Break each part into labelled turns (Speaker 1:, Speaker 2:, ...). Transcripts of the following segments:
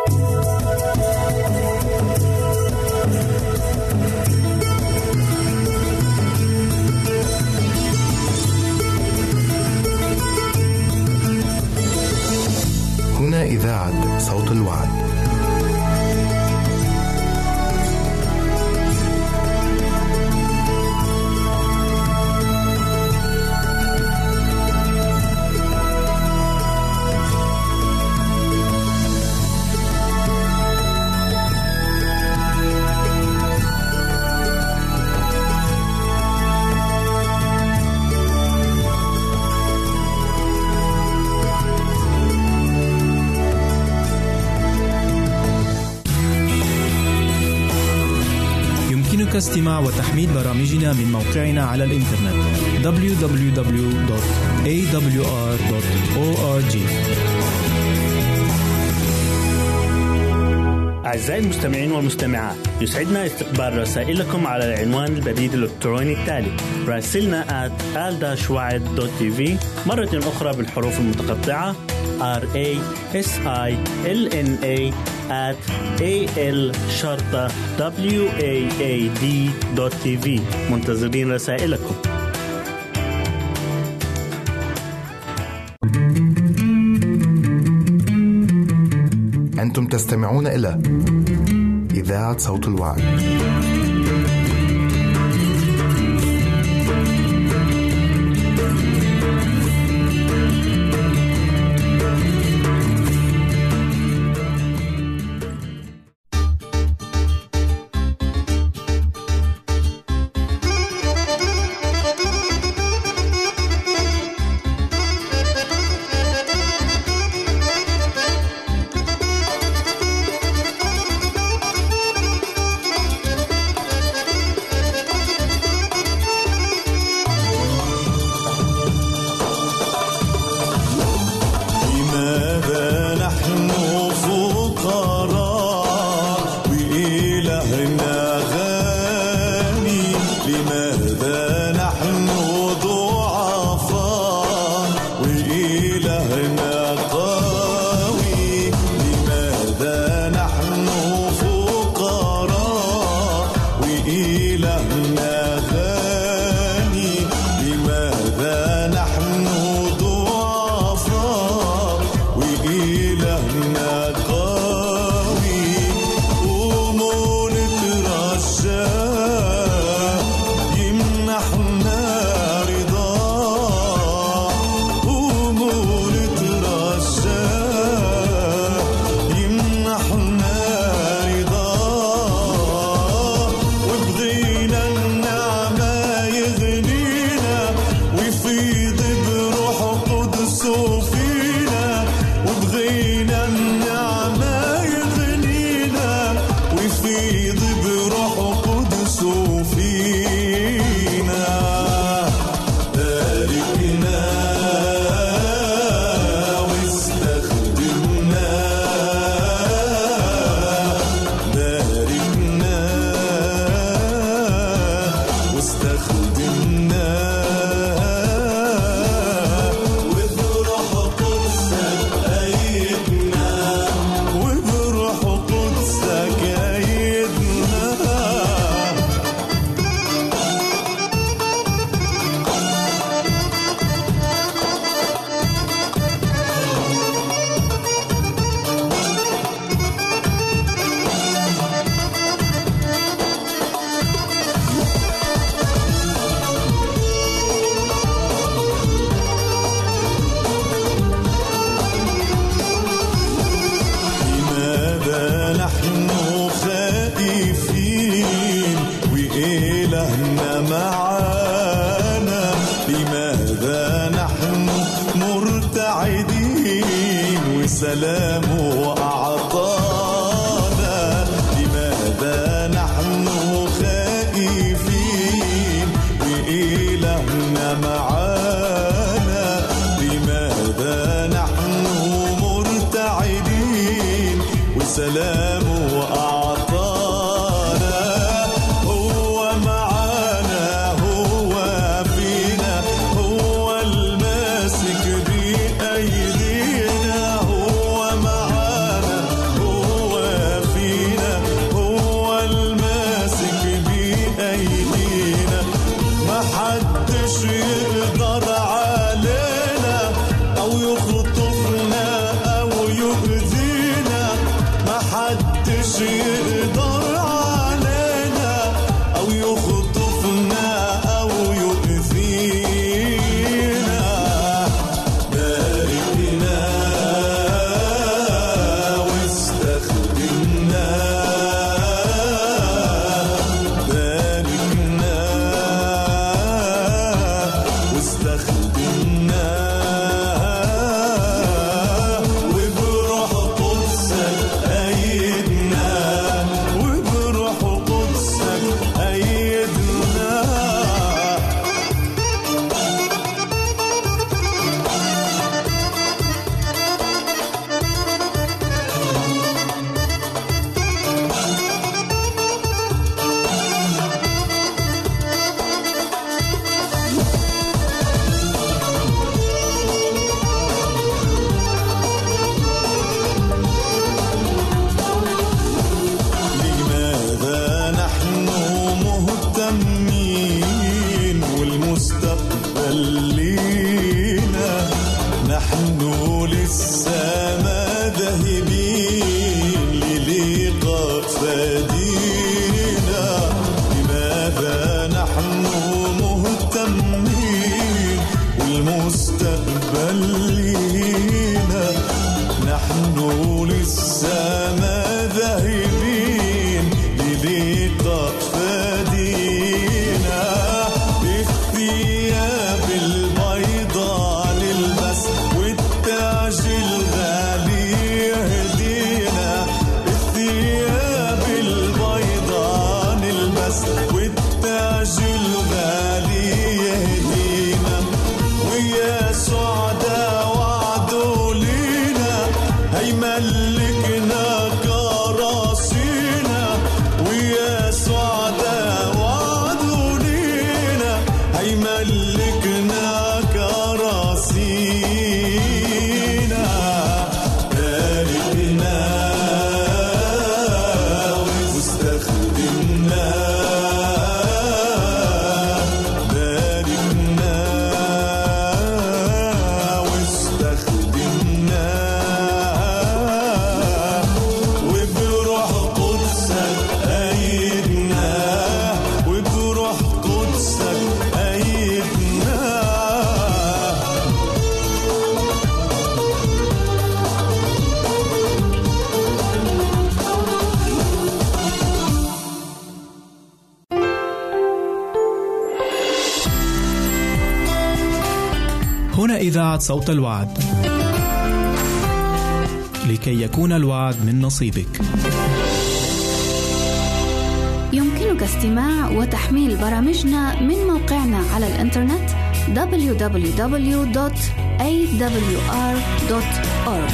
Speaker 1: هنا إذاعة صوت الوعد.
Speaker 2: استماع وتحميل برامجنا من موقعنا على الإنترنت www.awr.org.
Speaker 3: أعزائي المستمعين والمستمعات، يسعدنا استقبال رسائلكم على العنوان البريد الإلكتروني التالي: راسلنا @al-wad.tv، مرة أخرى بالحروف المتقطعة RASILNA@al-waad.tv. منتظرين رسائلكم.
Speaker 1: أنتم تستمعون إلى إذاعة صوت الوعد.
Speaker 4: هو محدش يقدر علينا أو يخطفنا أو يؤذينا. باركنا واستخدمنا، باركنا واستخدمنا، وبروح قدسك أيدنا، وبروح قدسك أيدنا. لماذا نحن مهتمين والمستقبل لينا؟ نحن لسه ما ذاهبين للقاء فدينا. لماذا نحن مهتمين والمستقبل لينا؟ نحن لسه ما ذاهبين للقاء فدينا. الثياب البيضاء للبس والتاج الغالي يهدينا. الثياب البيضاء نلبس والتاج الغالي يهدينا. ويا سعداء وعدوا لينا هيملكنا كراسينا. ويا سعداء وعدوا لينا هيملكنا كراسينا. باركنا واستخدمنا، باركنا واستخدمنا، وبروح قدسك أيدنا، وبروح قدسك أيدنا.
Speaker 2: هنا إذاعة صوت الوعد، لكي يكون الوعد من نصيبك.
Speaker 5: يمكنك استماع وتحميل برامجنا من موقعنا على الإنترنت www.awr.org.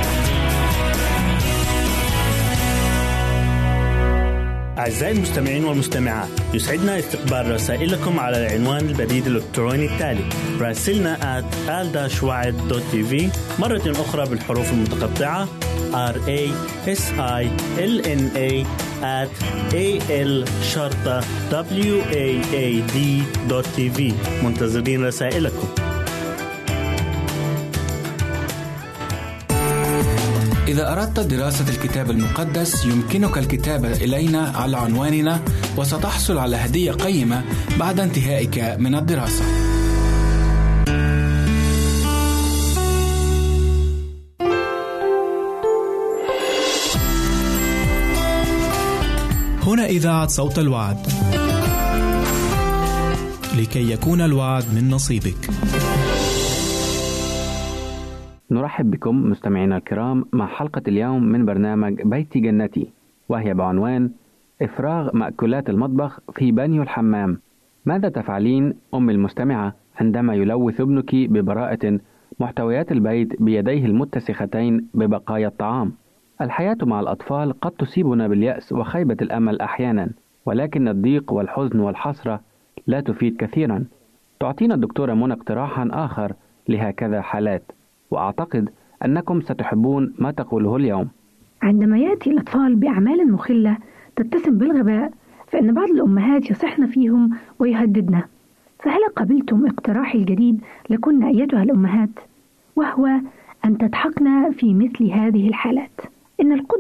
Speaker 3: أعزائي المستمعين والمستمعات، يسعدنا استقبال رسائلكم على العنوان البريد الإلكتروني التالي: راسلنا @al-wad.tv، مرة أخرى بالحروف المتقطعة RASILNA@al-wad.tv. منتظرين رسائلكم.
Speaker 6: إذا أردت دراسة الكتاب المقدس يمكنك الكتابة إلينا على عنواننا، وستحصل على هدية قيمة بعد انتهائك من الدراسة.
Speaker 2: هنا إذاعة صوت الوعد، لكي يكون الوعد من نصيبك.
Speaker 7: نرحب بكم مستمعينا الكرام مع حلقة اليوم من برنامج بيتي جنتي، وهي بعنوان إفراغ مأكولات المطبخ في بانيو الحمام. ماذا تفعلين أم المستمعة عندما يلوث ابنك ببراءة محتويات البيت بيديه المتسختين ببقايا الطعام؟ الحياة مع الأطفال قد تصيبنا باليأس وخيبة الأمل أحيانا، ولكن الضيق والحزن والحسرة لا تفيد كثيرا. تعطينا الدكتورة منى اقتراحا آخر لهكذا حالات، وأعتقد أنكم ستحبون ما تقوله اليوم.
Speaker 8: عندما يأتي الأطفال بأعمال مخلة تتسم بالغباء، فإن بعض الأمهات يصحن فيهم ويهددن. فهل قبلتم اقتراحي الجديد لكن أيتها الأمهات؟ وهو أن تضحكن في مثل هذه الحالات. إن القدرة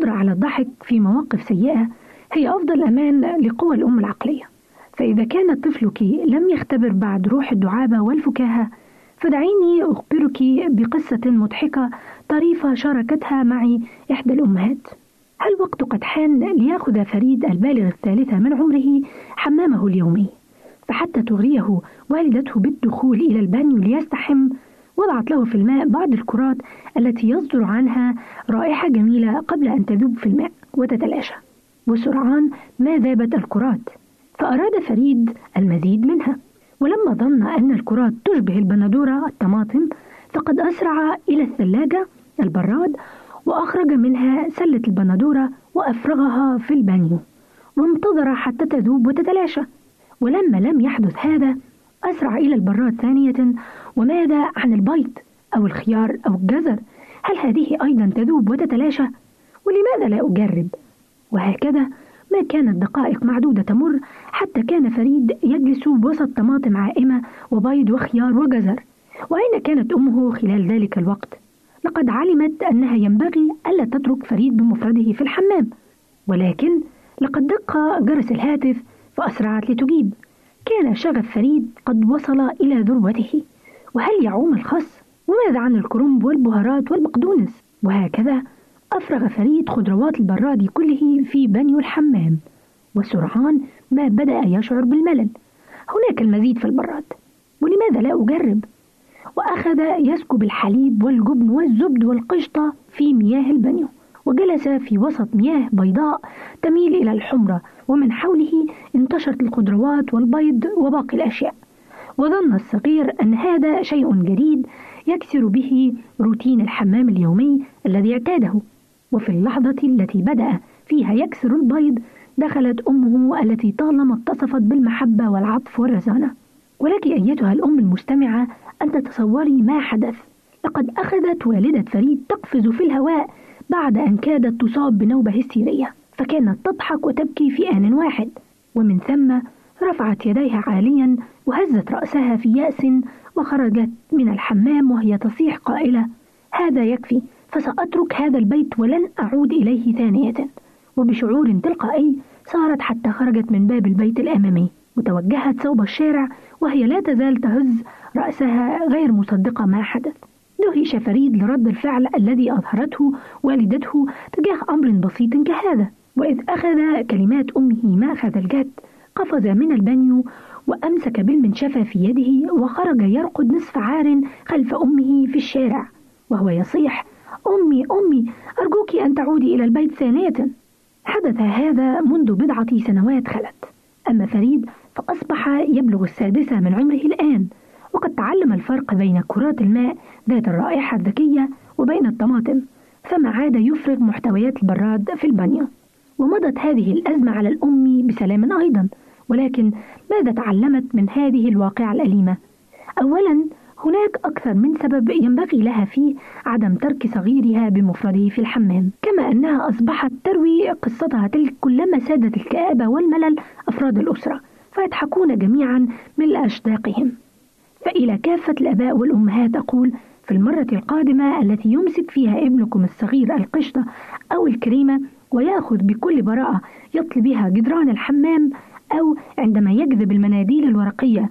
Speaker 8: القدرة على الضحك في مواقف سيئة هي أفضل أمان لقوى الأم العقلية. فإذا كان طفلك لم يختبر بعد روح الدعابة والفكاهة، فدعيني أخبرك بقصة مضحكة طريفة شاركتها معي إحدى الأمهات. الوقت قد حان ليأخذ فريد البالغ 3 من عمره حمامه اليومي، فحتى تغريه والدته بالدخول إلى البانيو ليستحم، وضعت له في الماء بعض الكرات التي يصدر عنها رائحة جميلة قبل أن تذوب في الماء وتتلاشى، وسرعان ما ذابت الكرات، فأراد فريد المزيد منها. ولما ظن أن الكرات تشبه البندورة الطماطم، فقد أسرع إلى الثلاجة البراد وأخرج منها سلة البندورة وأفرغها في البانيو، وانتظر حتى تذوب وتتلاشى. ولما لم يحدث هذا، أسرع إلى البراد ثانية. وماذا عن البيض أو الخيار أو الجزر؟ هل هذه أيضا تذوب وتتلاشى؟ ولماذا لا أجرب؟ وهكذا ما كانت دقائق معدودة تمر حتى كان فريد يجلس وسط طماطم عائمة وبيض وخيار وجزر. وأين كانت أمه خلال ذلك الوقت؟ لقد علمت أنها ينبغي ألا تترك فريد بمفرده في الحمام، ولكن لقد دق جرس الهاتف فأسرعت لتجيب. كان شغف فريد قد وصل إلى ذروته. وهل يعوم الخس؟ وماذا عن الكرنب والبهارات والبقدونس؟ وهكذا أفرغ فريد خضروات البراد كله في بانيو الحمام، وسرعان ما بدأ يشعر بالملل. هناك المزيد في البراد، ولماذا لا أجرب؟ وأخذ يسكب الحليب والجبن والزبد والقشطة في مياه البانيو، وجلس في وسط مياه بيضاء تميل إلى الحمرة، ومن حوله انتشرت الخضروات والبيض وباقي الأشياء. وظن الصغير أن هذا شيء جديد يكسر به روتين الحمام اليومي الذي اعتاده. وفي اللحظة التي بدأ فيها يكسر البيض، دخلت أمه التي طالما اتصفت بالمحبة والعطف والرزانة. ولك أيتها الأم المستمعة أن تتصوري ما حدث. لقد أخذت والدة فريد تقفز في الهواء بعد أن كادت تصاب بنوبة هستيرية، فكانت تضحك وتبكي في آن واحد. ومن ثم رفعت يديها عاليا وهزت رأسها في يأس، وخرجت من الحمام وهي تصيح قائلة: هذا يكفي، فسأترك هذا البيت ولن أعود إليه ثانية. وبشعور تلقائي صارت حتى خرجت من باب البيت الأمامي وتوجهت صوب الشارع، وهي لا تزال تهز رأسها غير مصدقة ما حدث. دهش فريد لرد الفعل الذي أظهرته والدته تجاه أمر بسيط كهذا. وإذ أخذ كلمات أمه مأخذ الجد، قفز من البانيو وأمسك بالمنشفة في يده، وخرج يرقد نصف عار خلف أمه في الشارع وهو يصيح: أمي أمي، أرجوك أن تعودي إلى البيت ثانية. حدث هذا منذ 10 سنوات خلت. أما فريد فأصبح يبلغ 6 من عمره الآن، وقد تعلم الفرق بين كرات الماء ذات الرائحة الذكية وبين الطماطم، فما عاد يفرغ محتويات البراد في البانيو. ومضت هذه الأزمة على الأم بسلام أيضا. ولكن ماذا تعلمت من هذه الواقعة الأليمة؟ أولا، هناك أكثر من سبب ينبغي لها فيه عدم ترك صغيرها بمفرده في الحمام، كما أنها أصبحت تروي قصتها تلك كلما سادت الكآبة والملل أفراد الأسرة، فيضحكون جميعا من أشداقهم. فإلى كافة الآباء والأمهات أقول: في المرة القادمة التي يمسك فيها ابنكم الصغير القشطة أو الكريمة ويأخذ بكل براءة يطلي بها جدران الحمام، أو عندما يجذب المناديل الورقية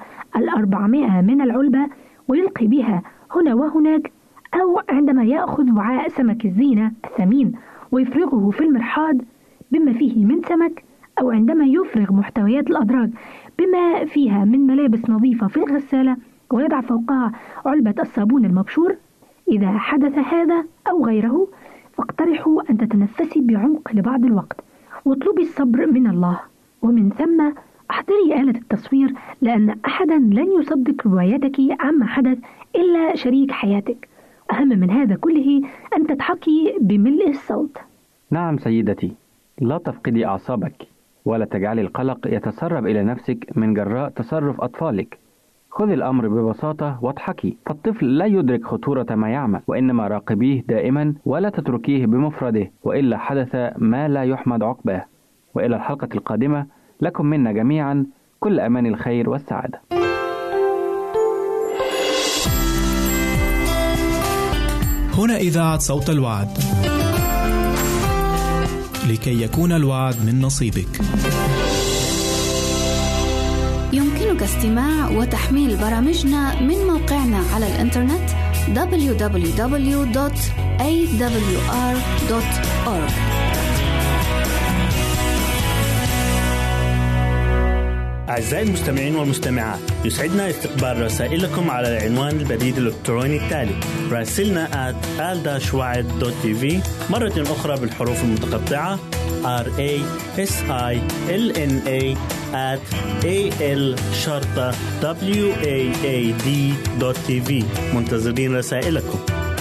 Speaker 8: 400 من العلبة ويلقي بها هنا وهناك، أو عندما يأخذ وعاء سمك الزينة الثمين ويفرغه في المرحاض بما فيه من سمك، أو عندما يفرغ محتويات الأدراج بما فيها من ملابس نظيفة في الغسالة ويضع فوقها علبة الصابون المبشور، إذا حدث هذا أو غيره فاقترحوا أن تتنفسي بعمق لبعض الوقت واطلبي الصبر من الله. ومن ثم احضري آلة التصوير، لأن أحدا لن يصدق روايتك عما حدث إلا شريك حياتك. أهم من هذا كله أن تضحكي بملء الصوت.
Speaker 7: نعم سيدتي، لا تفقدي أعصابك، ولا تجعلي القلق يتسرب إلى نفسك من جراء تصرف أطفالك. خذي الأمر ببساطة واضحكي، فالطفل لا يدرك خطورة ما يعمل، وإنما راقبيه دائما ولا تتركيه بمفرده، وإلا حدث ما لا يحمد عقباه. وإلى الحلقة القادمة، لكم منا جميعا كل أمان الخير والسعادة.
Speaker 2: هنا إذاعة صوت الوعد. لكي يكون الوعد من نصيبك.
Speaker 5: يمكنك استماع وتحميل برامجنا من موقعنا على الإنترنت www.awr.org.
Speaker 3: أعزائي المستمعين والمستمعات، يسعدنا استقبال رسائلكم على العنوان البريد الإلكتروني التالي: راسلنا @al-wad.tv، مرة أخرى بالحروف المتقطعة rasilna@al-waad.tv. منتظرين رسائلكم.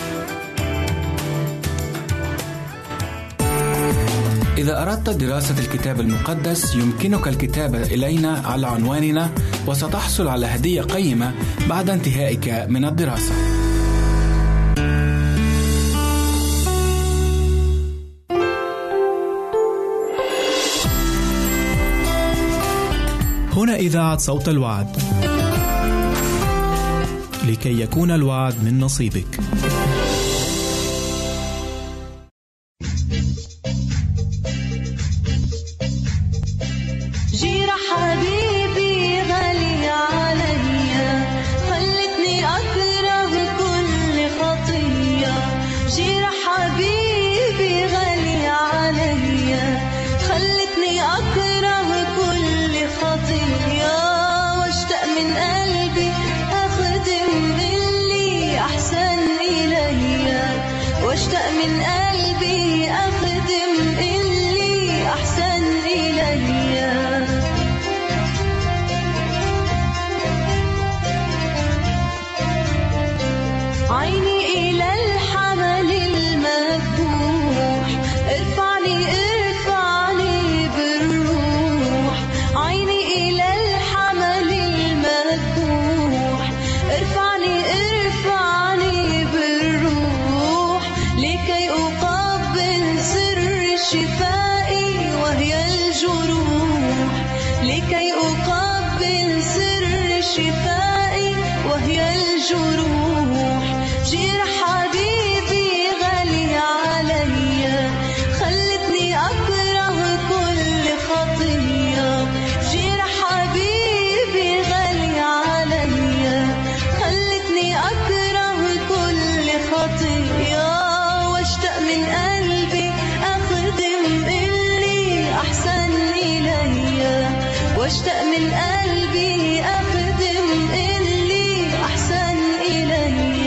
Speaker 6: إذا أردت دراسة الكتاب المقدس يمكنك الكتابة إلينا على عنواننا، وستحصل على هدية قيمة بعد انتهائك من الدراسة.
Speaker 2: هنا إذاعة صوت الوعد، لكي يكون الوعد من نصيبك.
Speaker 9: واشتاق من قلبي أخدم اللي أحسن إلي. عيني إلى الحمل المذبوح، ارفعني ارفعني بالروح. عيني إلى الحمل المذبوح، ارفعني ارفعني بالروح، لكي أقبل سر شفائي وهي الجروح. لكي أقبل سر شفائي وهي الجروح. جرح حبيبي غالي عليا، خلتني أكره كل خطية. جرح حبيبي غالي عليا، خلتني أكره كل خطية. واشتاق من قلبي أخدم اللي أحسن إلي. واشتاق من قلبي أخدم اللي أحسن إلي.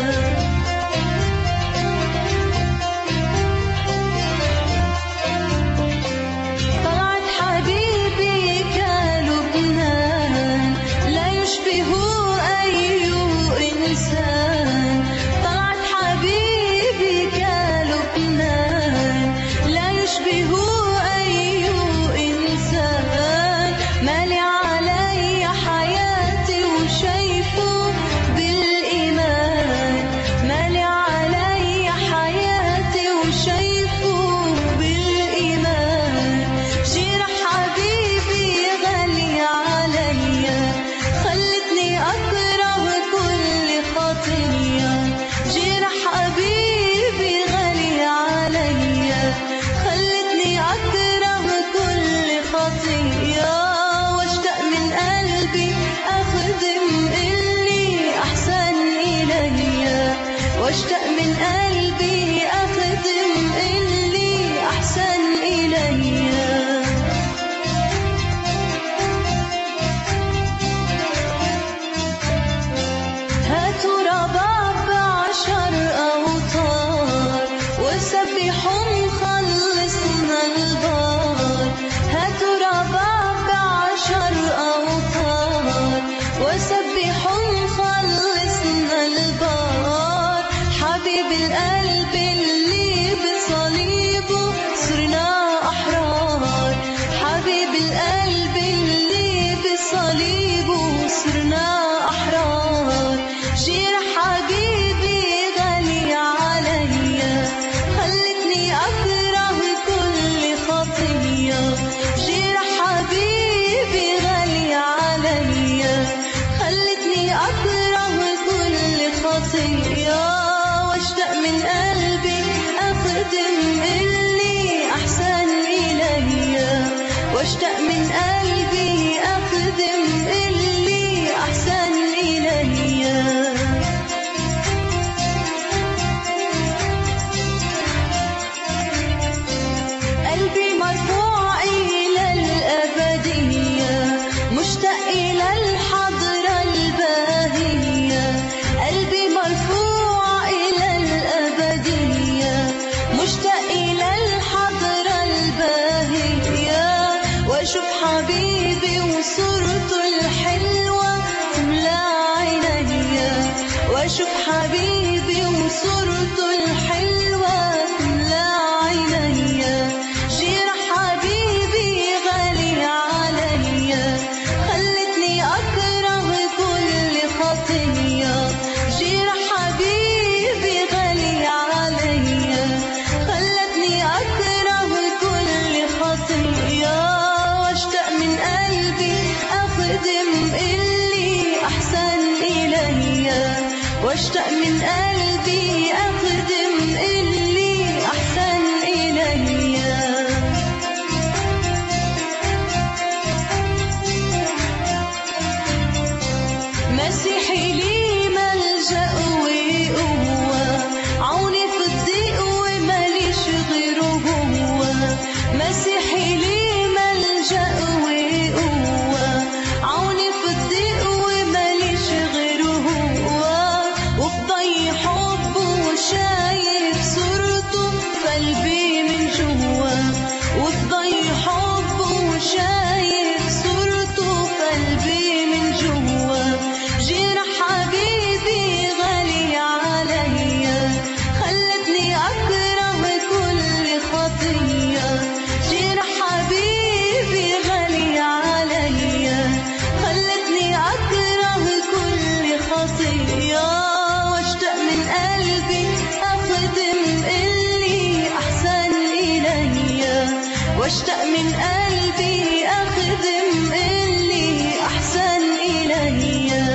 Speaker 9: طلعت حبيبي كلبنان، لا يشبه أي إنسان. طلعت حبيبي كلبنان، لا يشبه أي إنسان. مالي علي حياة واشوف حبيبي وصورته الحلوة تملى عينيا واشوف حبيبي وصورته الحلوة تملى عينيا جيرة حبيبي غالي عليا خلتني أكره كل خطية جيرة حبيبي غالي عليا خلتني أكره كل خطية واشتاق من قلبي أخدم اللي أحسن إليا واشتاق من قلبي أخدم اللي أحسن إليا مسيحي لي ملجأ وقوة عوني في الضيق وماليش غيره هو مسيحي لي ملجأ وقوة عوني في الضيق وماليش غيره هو وبضي حبه وشايف صورته في قلبي من جوا وبضي حبه وشايف صورته في قلبي من جوا جيرة حبيبي غالي عليا خلتني أكره كل خطية جيرة حبيبي غالي عليا خلتني أكره كل خطية واشتاق من قلبي أخدم اللي أحسن إليا واشتاق من قلبي أخدم اللي أحسن إليا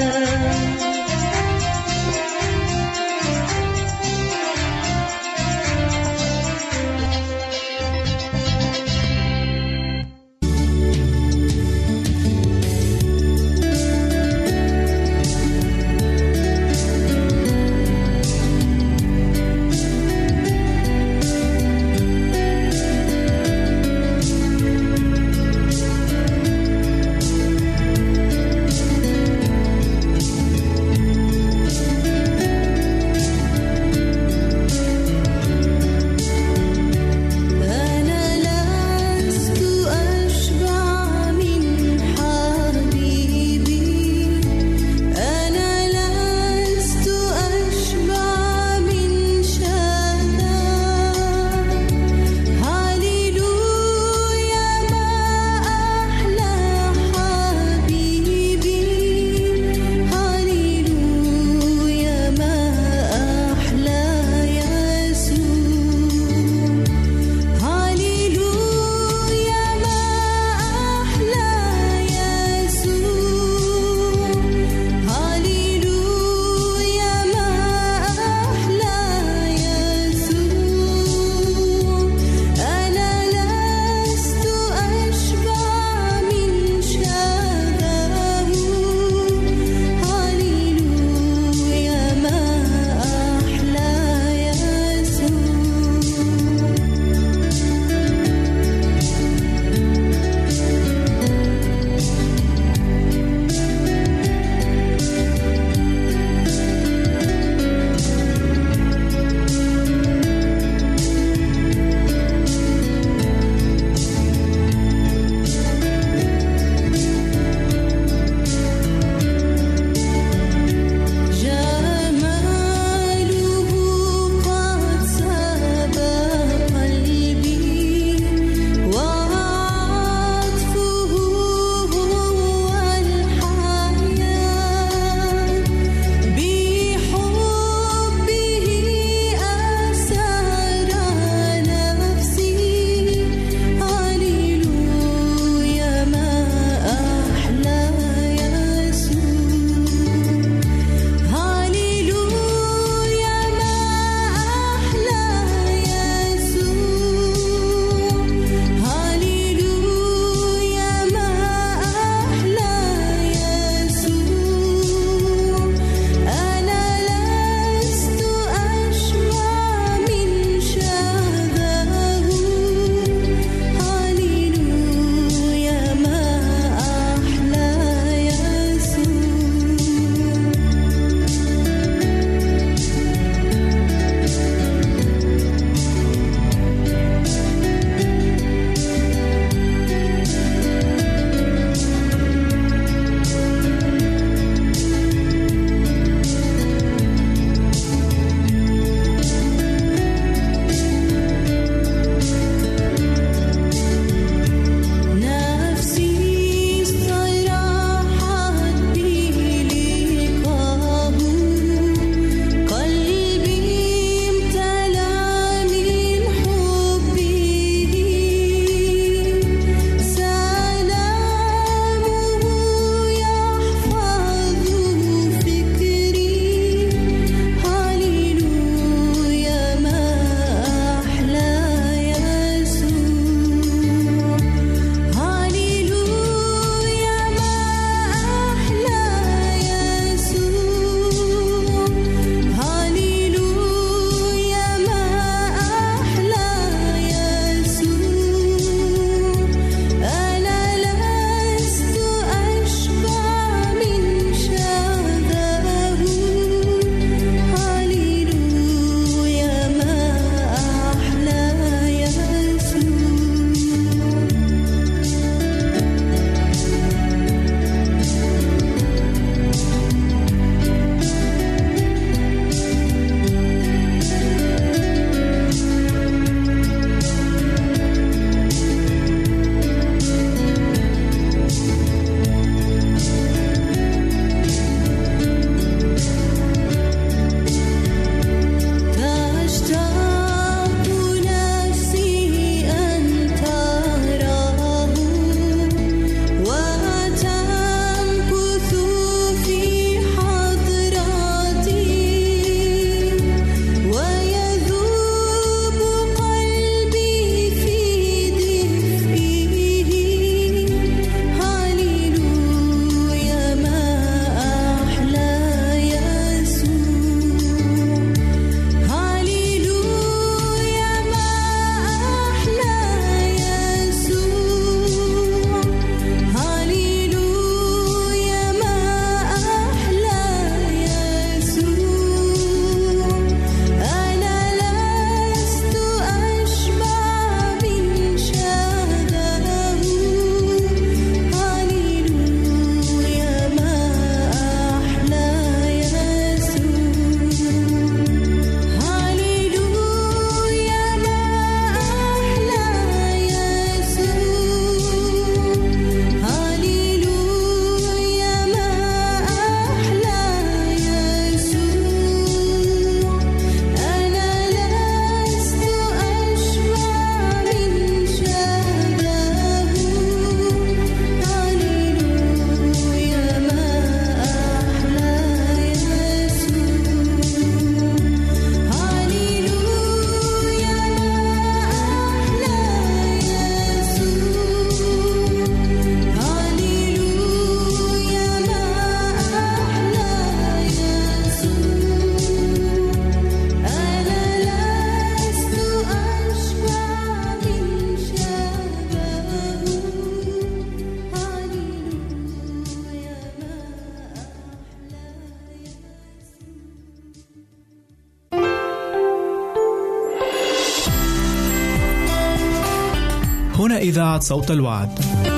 Speaker 2: هنا إذاعة صوت الوعد.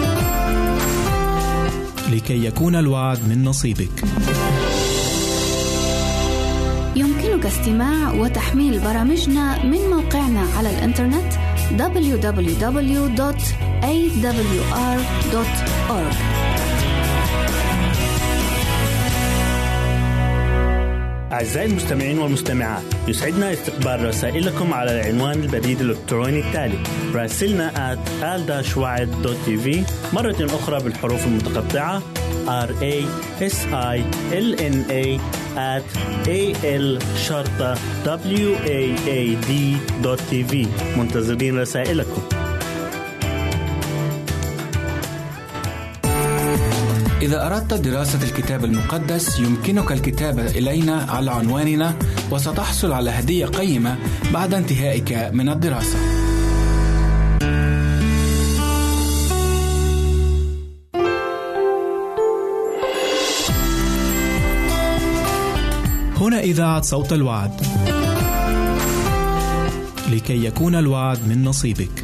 Speaker 2: لكي يكون الوعد من نصيبك
Speaker 5: يمكنك استماع وتحميل برامجنا من موقعنا على الإنترنت www.awr.org.
Speaker 3: أعزائي المستمعين والمستمعات، يسعدنا استقبال رسائلكم على العنوان البريد الإلكتروني التالي: راسلنا @al-wad.tv، مرة أخرى بالحروف المتقطعة RASILNA@al-wad.tv. منتظرين رسائلكم.
Speaker 6: إذا أردت دراسة الكتاب المقدس يمكنك الكتابة إلينا على عنواننا، وستحصل على هدية قيمة بعد انتهائك من الدراسة.
Speaker 2: هنا إذاعة صوت الوعد. لكي يكون الوعد من نصيبك.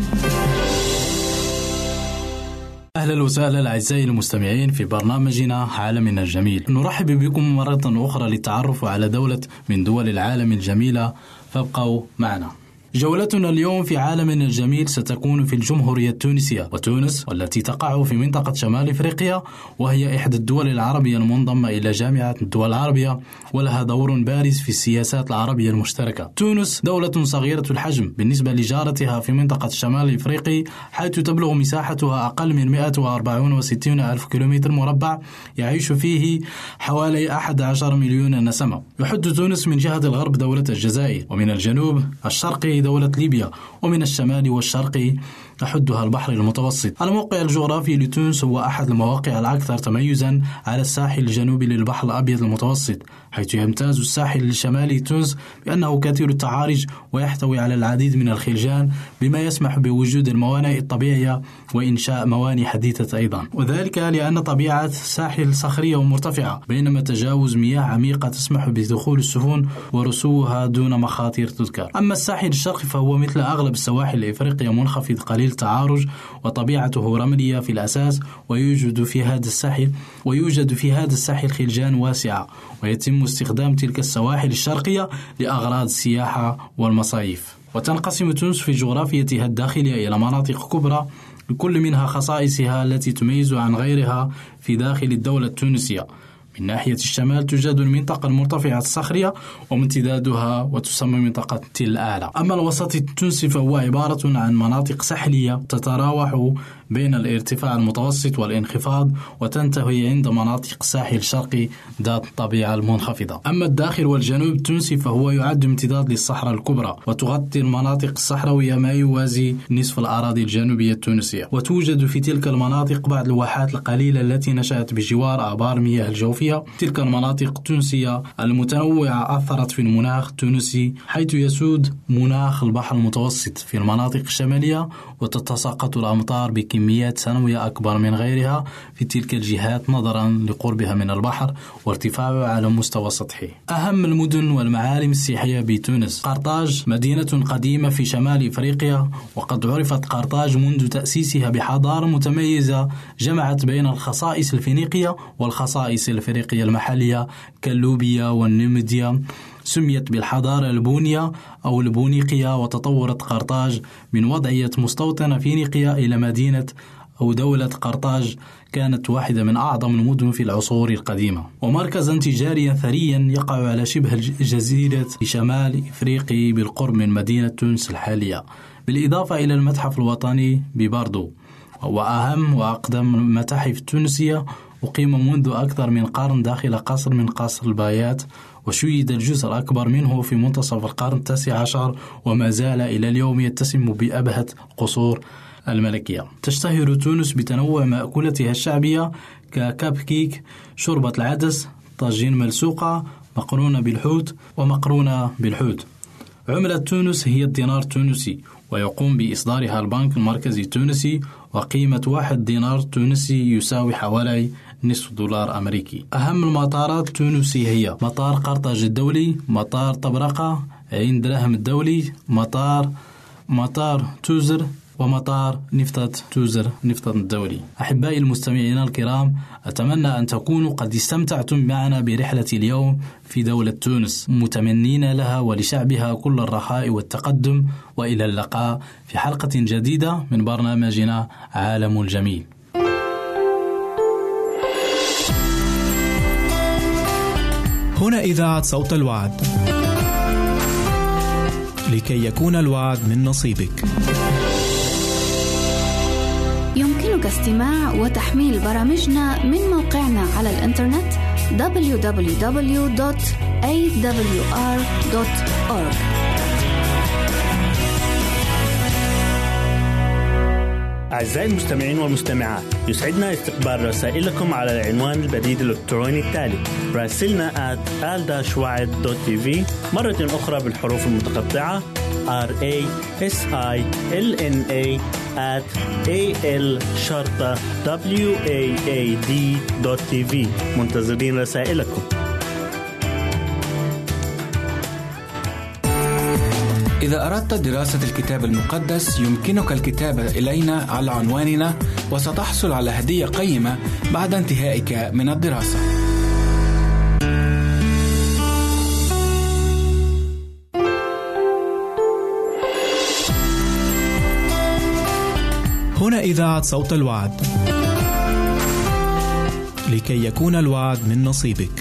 Speaker 10: أهلا وسهلا أعزائي المستمعين في برنامجنا عالمنا الجميل. نرحب بكم مرة أخرى للتعرف على دولة من دول العالم الجميلة، فابقوا معنا. جولتنا اليوم في عالمنا الجميل ستكون في الجمهورية التونسية، وتونس والتي تقع في منطقة شمال إفريقيا، وهي إحدى الدول العربية المنضمة إلى جامعة الدول العربية، ولها دور بارز في السياسات العربية المشتركة. تونس دولة صغيرة الحجم بالنسبة لجارتها في منطقة شمال إفريقيا، حيث تبلغ مساحتها أقل من 164 ألف كيلومتر مربع، يعيش فيه حوالي 11 مليون نسمة. يحد تونس من جهة الغرب دولة الجزائر، ومن الجنوب الشرقي دولة ليبيا، ومن الشمال والشرقي يحدها البحر المتوسط. الموقع الجغرافي لتونس هو أحد المواقع الأكثر تميزا على الساحل الجنوبي للبحر الأبيض المتوسط، حيث يمتاز الساحل الشمالي تونس بأنه كثير التعارج ويحتوي على العديد من الخلجان، بما يسمح بوجود الموانئ الطبيعية وإنشاء موانئ حديثة أيضا، وذلك لأن طبيعة الساحل صخرية ومرتفعة، بينما تجاوز مياه عميقة تسمح بدخول السفن ورسوها دون مخاطر تذكر. أما الساحل الشرقي فهو مثل أغلب السواحل الإفريقية منخفض قليل التعارج، وطبيعته رملية في الأساس، ويوجد في هذا الساحل خلجان واسعة، ويتم استخدام تلك السواحل الشرقية لأغراض السياحة والمصايف. وتنقسم تونس في جغرافيتها الداخلية إلى مناطق كبرى، لكل منها خصائصها التي تميز عن غيرها في داخل الدولة التونسية. من ناحية الشمال توجد المنطقة المرتفعة الصخرية وامتدادها وتسمى منطقة تل أعلى. أما الوسط التونسي فهو عبارة عن مناطق ساحلية تتراوح بين الارتفاع المتوسط والانخفاض، وتنتهي عند مناطق الساحل الشرقي ذات الطبيعة المنخفضة. أما الداخل والجنوب التونسي فهو يعد امتداد للصحراء الكبرى، وتغطي المناطق الصحراوية ما يوازي نصف الأراضي الجنوبية التونسية. وتوجد في تلك المناطق بعض الواحات القليلة التي نشأت بجوار آبار مياه الجوفية. تلك المناطق التونسية المتنوعة أثرت في المناخ التونسي، حيث يسود مناخ البحر المتوسط في المناطق الشمالية، وتتساقط الأمطار بكميات سنوية أكبر من غيرها في تلك الجهات نظرا لقربها من البحر وارتفاعه على مستوى سطحي. أهم المدن والمعالم السياحية بتونس: قرطاج، مدينة قديمة في شمال إفريقيا، وقد عرفت قرطاج منذ تأسيسها بحضارة متميزة جمعت بين الخصائص الفينيقية والخصائص الإفريقية المحلية كاللوبيا والنمديا. سميت بالحضارة البونية أو البونيقية، وتطورت قرطاج من وضعية مستوطنة فينيقية إلى مدينة أو دولة قرطاج، كانت واحدة من أعظم المدن في العصور القديمة، ومركزا تجاريا ثريا يقع على شبه الجزيرة شمال إفريقيا بالقرب من مدينة تونس الحالية، بالإضافة إلى المتحف الوطني بباردو، وهو أهم وأقدم المتاحف التونسية، أقيم منذ أكثر من قرن داخل قصر من قصر البايات، وشيد الجزء الأكبر منه في منتصف القرن 19 وما زال إلى اليوم يتسم بأبهة قصور الملكية. تشتهر تونس بتنوع مأكولتها الشعبية ككاب كيك، شوربة العدس، طاجين ملسوقة، مقرونة بالحوت ومقرونة بالحوت. عملة تونس هي الدينار التونسي، ويقوم بإصدارها البنك المركزي التونسي، وقيمة 1 دينار تونسي يساوي حوالي نصف دولار أمريكي. أهم المطارات التونسية هي مطار قرطاج الدولي، مطار طبرقة، عين دراهم الدولي، مطار توزر، ومطار نفطة توزر نفطة الدولي. أحبائي المستمعين الكرام، أتمنى أن تكونوا قد استمتعتم معنا برحلة اليوم في دولة تونس، متمنين لها ولشعبها كل الرخاء والتقدم، وإلى اللقاء في حلقة جديدة من برنامجنا عالم الجميل.
Speaker 2: هنا إذاعة صوت الوعد، لكي يكون الوعد من نصيبك.
Speaker 5: يمكنك استماع وتحميل برامجنا من موقعنا على الإنترنت www.awr.org.
Speaker 3: أعزائي المستمعين والمستمعات، يسعدنا استقبال رسائلكم على العنوان البريد الإلكتروني التالي: راسلنا @al-wa'ad.tv، مرة أخرى بالحروف المتقطعة RASILNA@al-WAAD.tv. منتظرين رسائلكم.
Speaker 6: إذا أردت دراسة الكتاب المقدس يمكنك الكتابة إلينا على عنواننا، وستحصل على هدية قيمة بعد انتهائك من الدراسة.
Speaker 2: هنا إذاعة صوت الوعد، لكي يكون الوعد من نصيبك.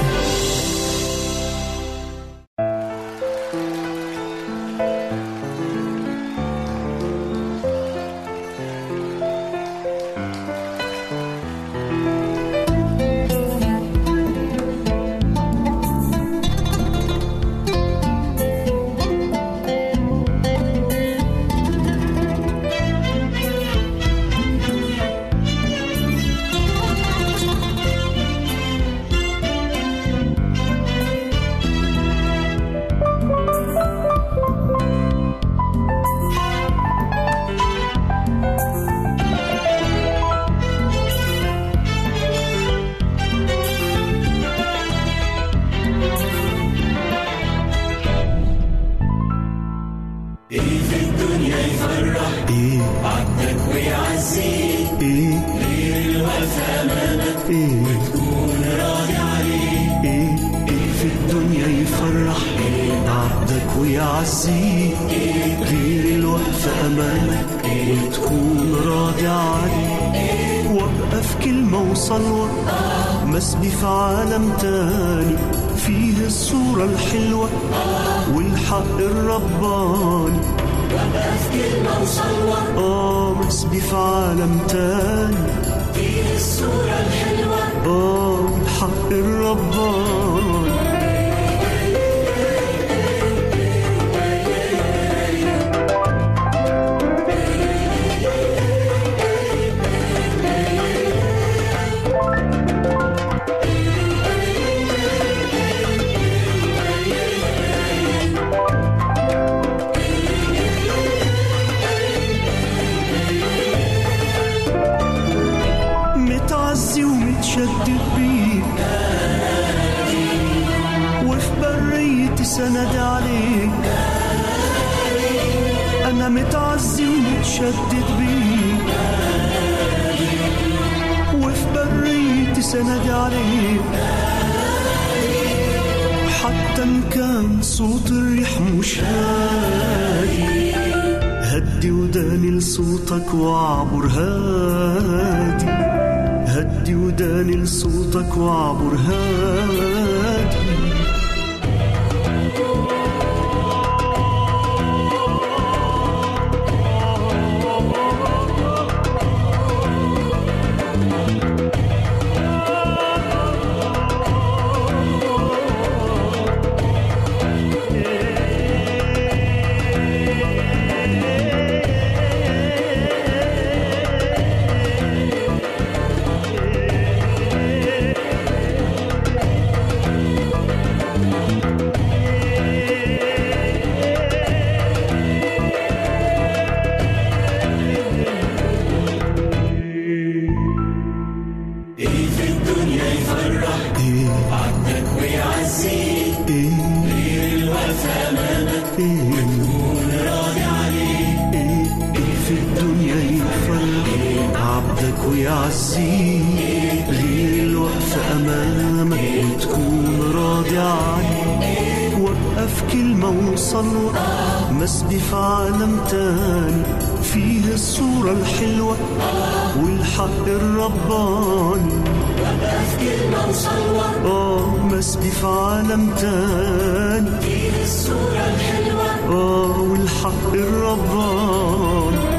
Speaker 4: مسبي في عالم تاني فيه الصورة الحلوة والحق الرباني. وقف كلمة وصلوة مسبي في عالم تاني فيه الصورة الحلوة والحق الرباني. ومتشدد بيك وفي بريتي سند عليك. أنا متعزي ومتشدد بيك وفي بريتي سند عليك. حتى إن كان صوت الريح مش هادي، هدي وداني لصوتك وعبر هادي. هدي وداني لصوتك وعبر هادي. ويعزيك، غير الوقفة أمامك وتكون راضي عني، وقف كلمة وصلوة مسبي في عالم تاني، فيه الصورة الحلوة والحق الرباني، وقف كلمة وصلوة مسبي في عالم تاني، فيه الصورة الحلوة والحق الرباني.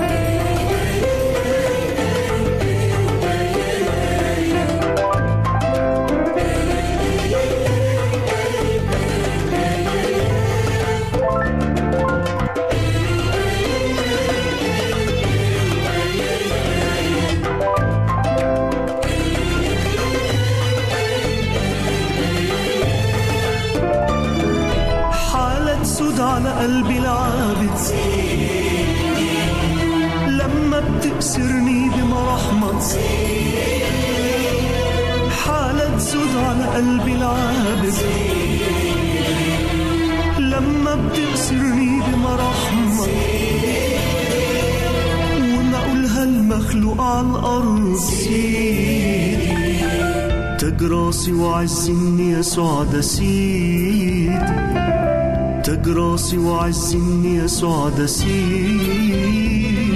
Speaker 4: على قلبي العابد لما بتكسرني بمرحمة، حالة تسود على قلبي العابد لما بتكسرني بمرحمة، وما أقولها المخلوق على الأرض سيدي، تاج راسي وعزني يسوع ده سيدي، تاج راسي وعزني يسوع ده سيدي.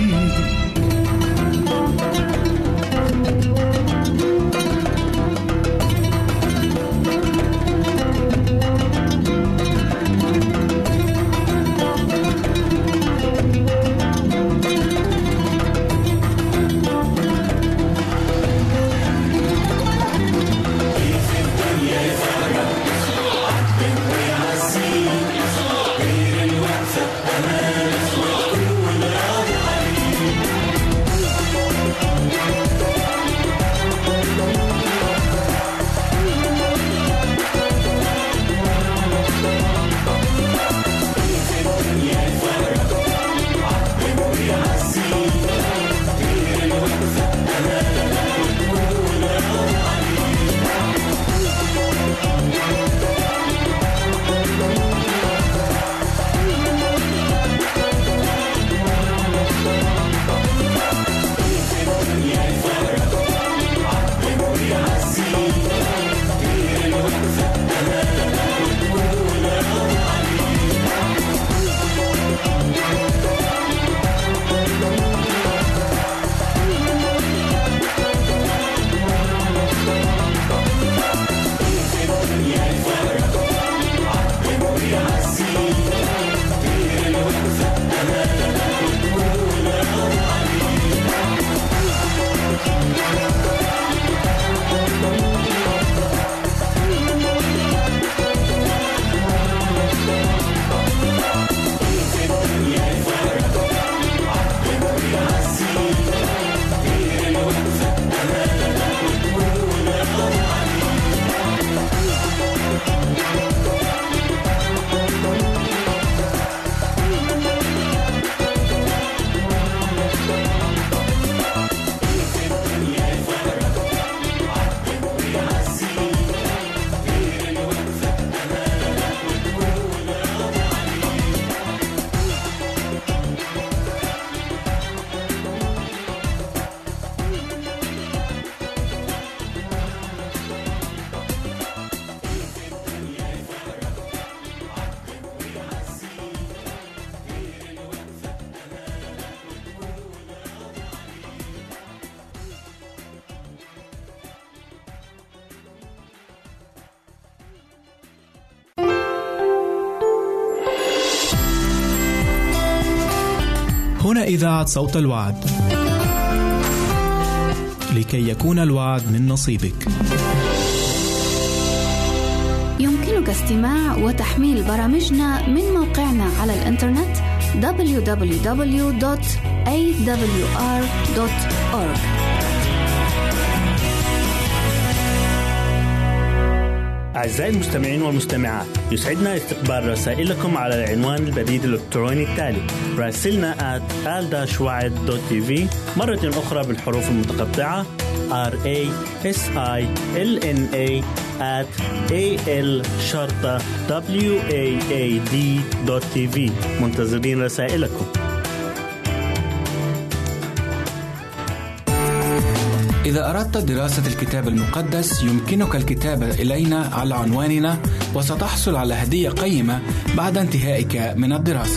Speaker 2: هنا إذاعة صوت الوعد، لكي يكون الوعد من نصيبك.
Speaker 5: يمكنك استماع وتحميل برامجنا من موقعنا على الإنترنت www.awr.org.
Speaker 3: أعزائي المستمعين والمستمعات، يسعدنا استقبال رسائلكم على العنوان البريد الإلكتروني التالي: راسلنا @al-wad.tv، مرة أخرى بالحروف المتقطعة RASILNA@al-wad.tv. منتظرين رسائلكم.
Speaker 6: إذا أردت دراسة الكتاب المقدس يمكنك الكتابة إلينا على عنواننا، وستحصل على هدية قيمة بعد انتهائك من الدراسة.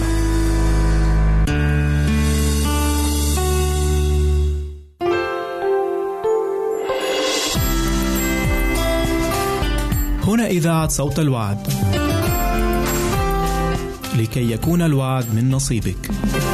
Speaker 2: هنا إذاعة صوت الوعد، لكي يكون الوعد من نصيبك.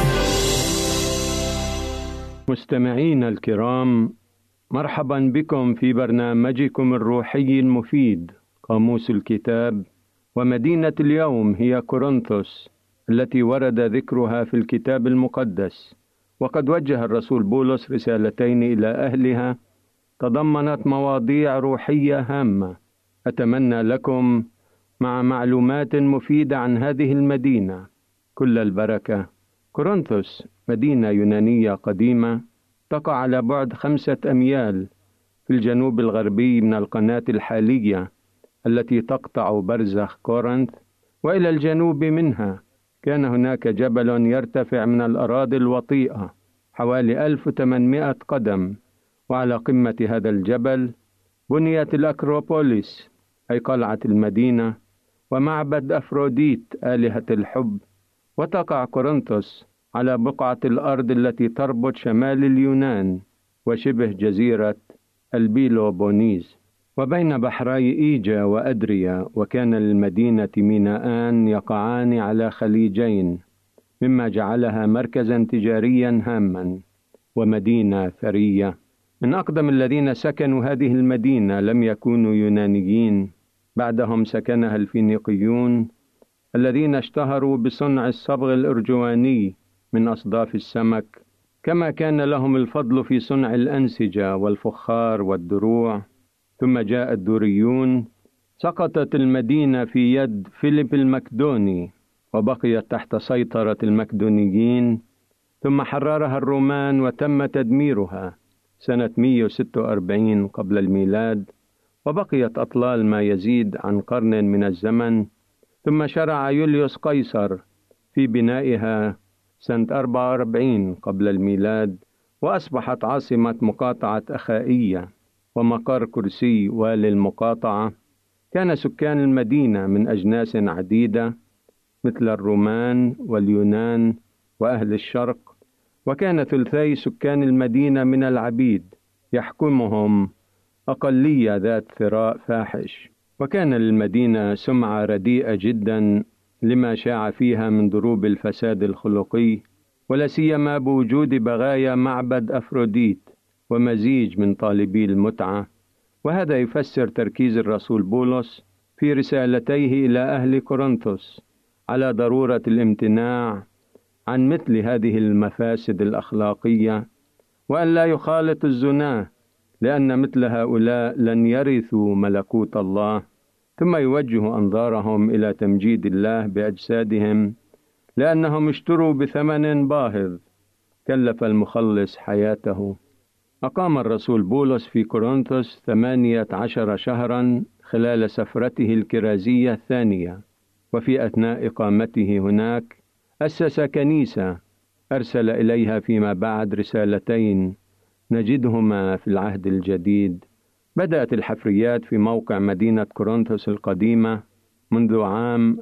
Speaker 11: مستمعين الكرام، مرحبا بكم في برنامجكم الروحي المفيد قاموس الكتاب. ومدينة اليوم هي كورنثوس التي ورد ذكرها في الكتاب المقدس، وقد وجه الرسول بولس رسالتين إلى أهلها تضمنت مواضيع روحية هامة. أتمنى لكم مع معلومات مفيدة عن هذه المدينة كل البركة. كورنثوس مدينة يونانية قديمة تقع على بعد 5 أميال في الجنوب الغربي من القناة الحالية التي تقطع برزخ كورنث، وإلى الجنوب منها كان هناك جبل يرتفع من الأراضي الوطيئة حوالي 1800 قدم، وعلى قمة هذا الجبل بنيت الأكروبوليس أي قلعة المدينة ومعبد أفروديت آلهة الحب. وتقع كورنثوس على بقعة الأرض التي تربط شمال اليونان وشبه جزيرة البيلوبونيز وبين بحري إيجا وأدريا، وكان للمدينة ميناءان يقعان على خليجين، مما جعلها مركزا تجاريا هاما ومدينة ثرية. من أقدم الذين سكنوا هذه المدينة لم يكونوا يونانيين، بعدهم سكنها الفينيقيون الذين اشتهروا بصنع الصبغ الأرجواني من أصداف السمك، كما كان لهم الفضل في صنع الأنسجة والفخار والدروع. ثم جاء الدوريون، سقطت المدينة في يد فيليب المكدوني وبقيت تحت سيطرة المكدونيين، ثم حررها الرومان وتم تدميرها سنة 146 قبل الميلاد، وبقيت أطلال ما يزيد عن قرن من الزمن. ثم شرع يوليوس قيصر في بنائها سنة 44 قبل الميلاد، وأصبحت عاصمة مقاطعة أخائية ومقر كرسي والي المقاطعة. كان سكان المدينة من أجناس عديدة مثل الرومان واليونان وأهل الشرق، وكان ثلثي سكان المدينة من العبيد يحكمهم أقلية ذات ثراء فاحش. وكان للمدينة سمعة رديئة جدا لما شاع فيها من ضروب الفساد الخلقي، ولا سيما بوجود بغايا معبد أفروديت ومزيج من طالبي المتعة. وهذا يفسر تركيز الرسول بولس في رسالتيه إلى أهل كورنثوس على ضرورة الامتناع عن مثل هذه المفاسد الأخلاقية، وأن لا يخالط الزنا، لأن مثل هؤلاء لن يرثوا ملكوت الله. ثم يوجه أنظارهم إلى تمجيد الله بأجسادهم، لأنهم اشتروا بثمن باهظ كلف المخلص حياته. أقام الرسول بولس في كورنثوس 18 شهرا خلال سفرته الكرازية الثانية، وفي أثناء إقامته هناك أسس كنيسة أرسل إليها فيما بعد رسالتين نجدهما في العهد الجديد. بدأت الحفريات في موقع مدينة كورنثوس القديمة منذ عام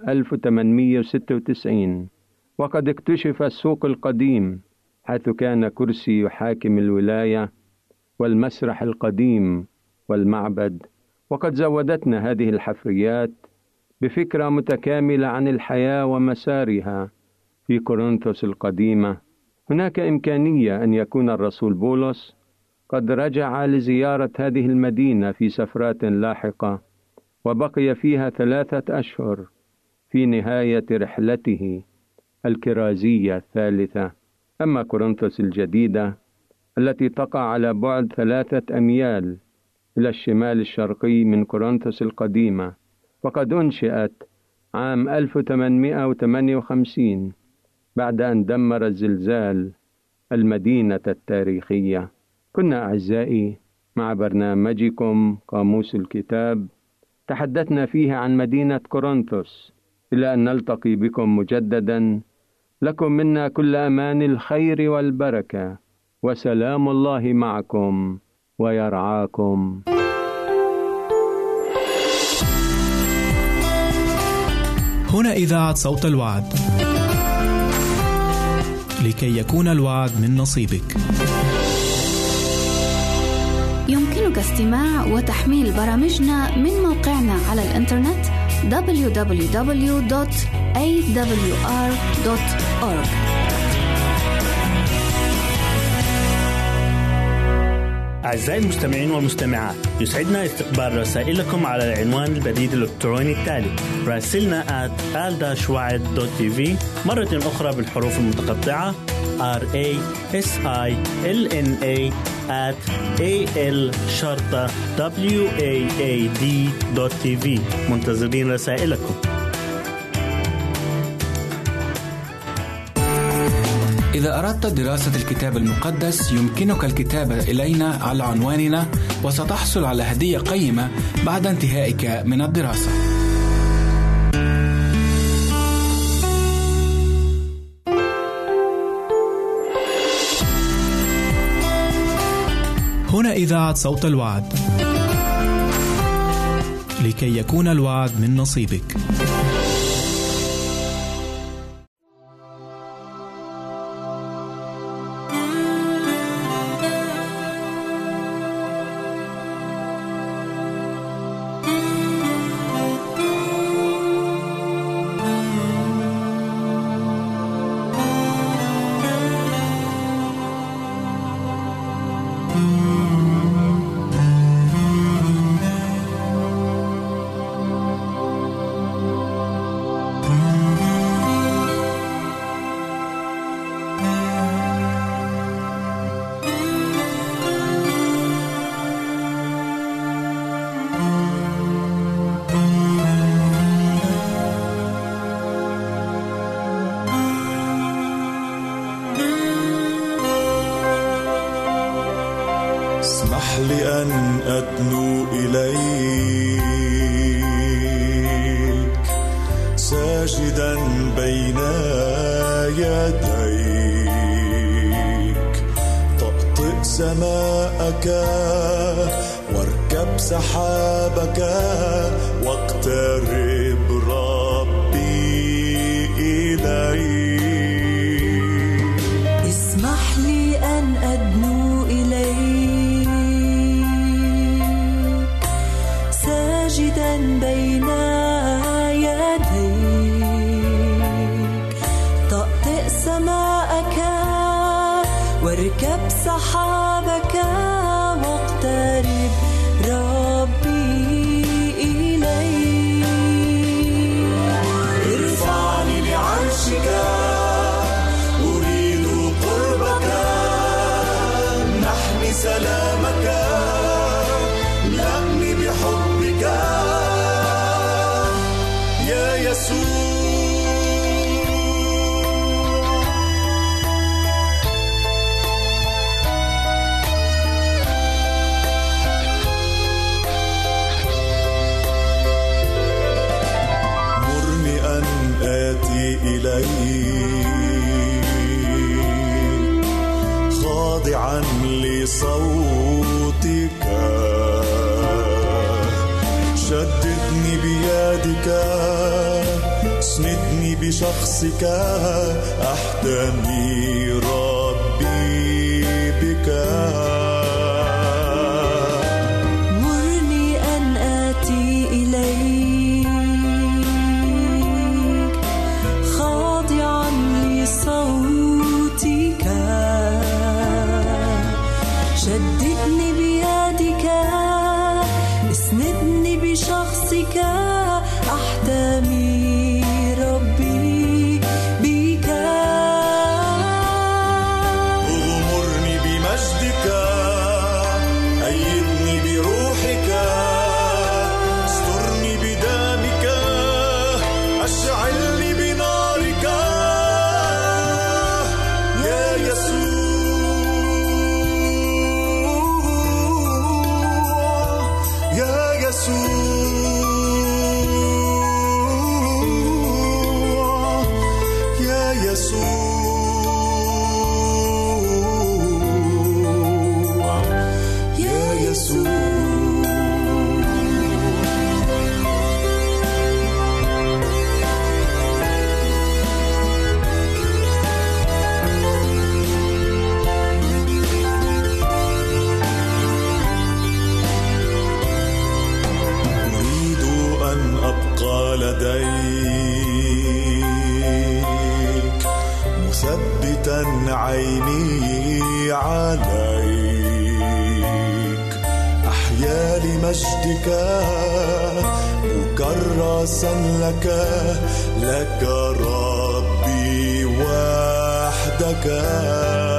Speaker 11: 1896، وقد اكتشف السوق القديم حيث كان كرسي يحاكم الولاية والمسرح القديم والمعبد. وقد زودتنا هذه الحفريات بفكرة متكاملة عن الحياة ومسارها في كورنثوس القديمة. هناك إمكانية أن يكون الرسول بولس قد رجع لزيارة هذه المدينة في سفرات لاحقة، وبقي فيها 3 أشهر في نهاية رحلته الكرازية الثالثة. أما كورنثوس الجديدة التي تقع على بعد 3 أميال إلى الشمال الشرقي من كورنثوس القديمة، فقد أنشئت عام 1858 بعد أن دمر الزلزال المدينة التاريخية. كنا أعزائي مع برنامجكم قاموس الكتاب، تحدثنا فيه عن مدينة كورنثوس. إلى أن نلتقي بكم مجددا، لكم منا كل أمان الخير والبركة، وسلام الله معكم، ويرعاكم.
Speaker 2: هنا إذاعة صوت الوعد، لكي يكون الوعد من نصيبك.
Speaker 5: يمكنك استماع وتحميل برامجنا من موقعنا على الإنترنت www.awr.org.
Speaker 3: أعزائي المستمعين والمستمعات، يسعدنا استقبال رسائلكم على العنوان البريد الإلكتروني التالي: راسلنا @al-wad.tv، مرة أخرى بالحروف المتقطعة RASILNA@al-wad.tv. منتظرين رسائلكم.
Speaker 6: إذا أردت دراسة الكتاب المقدس يمكنك الكتابة إلينا على عنواننا، وستحصل على هدية قيمة بعد انتهائك من الدراسة.
Speaker 2: هنا إذاعة صوت الوعد، لكي يكون الوعد من نصيبك.
Speaker 12: اسمح لي أن أدنو إليك ساجدا بين يديك، طأطئ سماءك واركب سحابك واقترب ربي إليك.
Speaker 9: اسمح لي أن أدنو إليك ساجدا بين يديك، طأطئ سماءك واركب سحابك واقترب ربي إليك. ارفعني لعرشك، أريد قربك، نحمي سلامك، لأني بحبك يا يسوع. مرني أن آتي إليك خاضعا لصوتك، شددني بيدك، اسندني بشخصك، أحتمي ربي بك. مرني أن آتي إليك خاضعا لصوتك، شددني بيدك، اسندني بشخصك، أحتمي ربي بك. أغمرني بمجدك، أيدني بروحك، استرني بدمك، أشعلني بنارك يا يسوع، يا يسوع.
Speaker 12: يديك مثبتا عيني عليك أحيا لمجدك مكرسا لك ربي وحدك